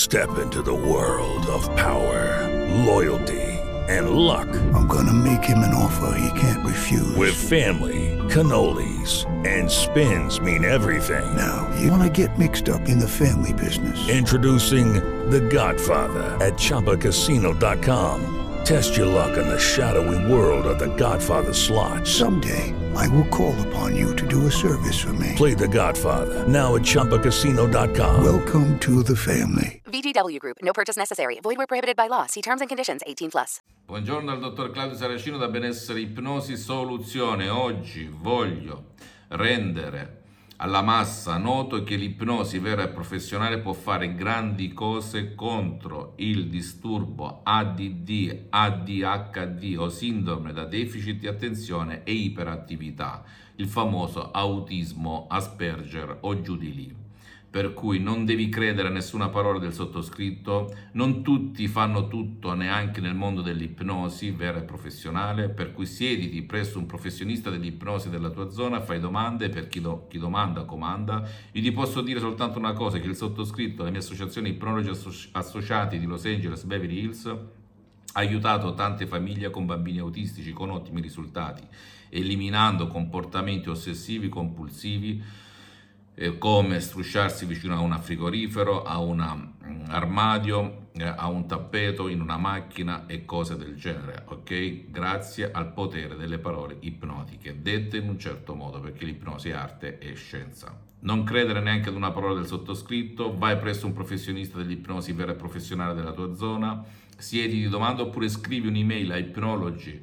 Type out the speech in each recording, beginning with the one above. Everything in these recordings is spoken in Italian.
Step into the world of power, loyalty, and luck. I'm gonna make him an offer he can't refuse. With family, cannolis, and spins mean everything. Now, you wanna get mixed up in the family business. Introducing The Godfather at ChumbaCasino.com. Test your luck in the shadowy world of The Godfather slot. Someday, I will call upon you to do a service for me. Play The Godfather, now at ChumbaCasino.com. Welcome to the family. VGW Group. No purchase necessary. Void where prohibited by law. See terms and conditions. 18+. Buongiorno dal dottor Claudio Saracino da Benessere Ipnosi Soluzione. Oggi voglio rendere alla massa noto che l'ipnosi vera e professionale può fare grandi cose contro il disturbo ADD, ADHD o sindrome da deficit di attenzione e iperattività, il famoso autismo Asperger o giù di lì. Per cui non devi credere a nessuna parola del sottoscritto, non tutti fanno tutto neanche nel mondo dell'ipnosi vera e professionale, per cui siediti presso un professionista dell'ipnosi della tua zona, fai domande, per chi domanda comanda. Io ti posso dire soltanto una cosa, che il sottoscritto, la mia associazione Ipnologi Associati di Los Angeles Beverly Hills, ha aiutato tante famiglie con bambini autistici con ottimi risultati, eliminando comportamenti ossessivi compulsivi, come strusciarsi vicino a un frigorifero, a un armadio, a un tappeto, in una macchina e cose del genere, ok? Grazie al potere delle parole ipnotiche, dette in un certo modo, perché l'ipnosi è arte e scienza. Non credere neanche ad una parola del sottoscritto, vai presso un professionista dell'ipnosi vera e professionale della tua zona, siedi di domanda oppure scrivi un'email a Ipnologi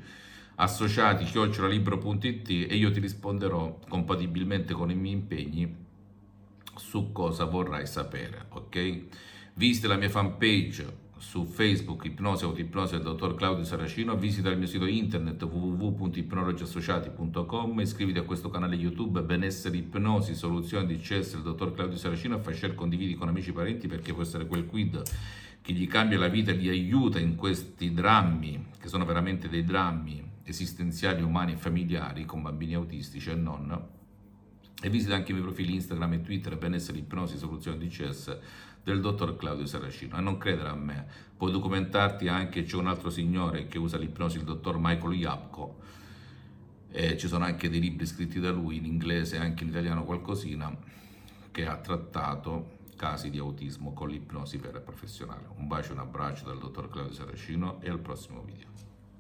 associati@libro.it e io ti risponderò compatibilmente con i miei impegni su cosa vorrai sapere, ok? Visita la mia fanpage su Facebook, Ipnosi Autoipnosi del dottor Claudio Saracino, visita il mio sito internet www.ipnologiassociati.com, iscriviti a questo canale YouTube Benessere Ipnosi Soluzione di DCS del dottor Claudio Saracino e fai share, condividi con amici e parenti, perché può essere quel quid che gli cambia la vita e li aiuta in questi drammi, che sono veramente dei drammi esistenziali, umani e familiari, con bambini autistici e non. E visita anche i miei profili Instagram e Twitter Benessere Ipnosi Soluzione DCS del dottor Claudio Saracino. E non credere a me, puoi documentarti anche, c'è un altro signore che usa l'ipnosi, il dottor Michael Yapko, e ci sono anche dei libri scritti da lui in inglese e anche in italiano qualcosina, che ha trattato casi di autismo con l'ipnosi vera e professionale. Un bacio e un abbraccio dal dottor Claudio Saracino e al prossimo video.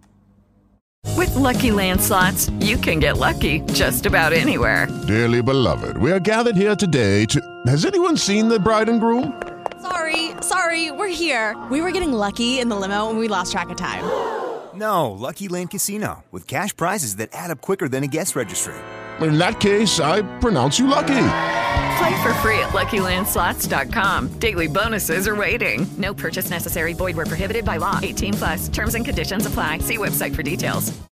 With Lucky Land Slots, you can get lucky just about anywhere. Dearly beloved, we are gathered here today to... Has anyone seen the bride and groom? Sorry, we're here. We were getting lucky in the limo and we lost track of time. No, Lucky Land Casino, with cash prizes that add up quicker than a guest registry. In that case, I pronounce you lucky. Play for free at LuckyLandSlots.com. Daily bonuses are waiting. No purchase necessary. Void where prohibited by law. 18+. Terms and conditions apply. See website for details.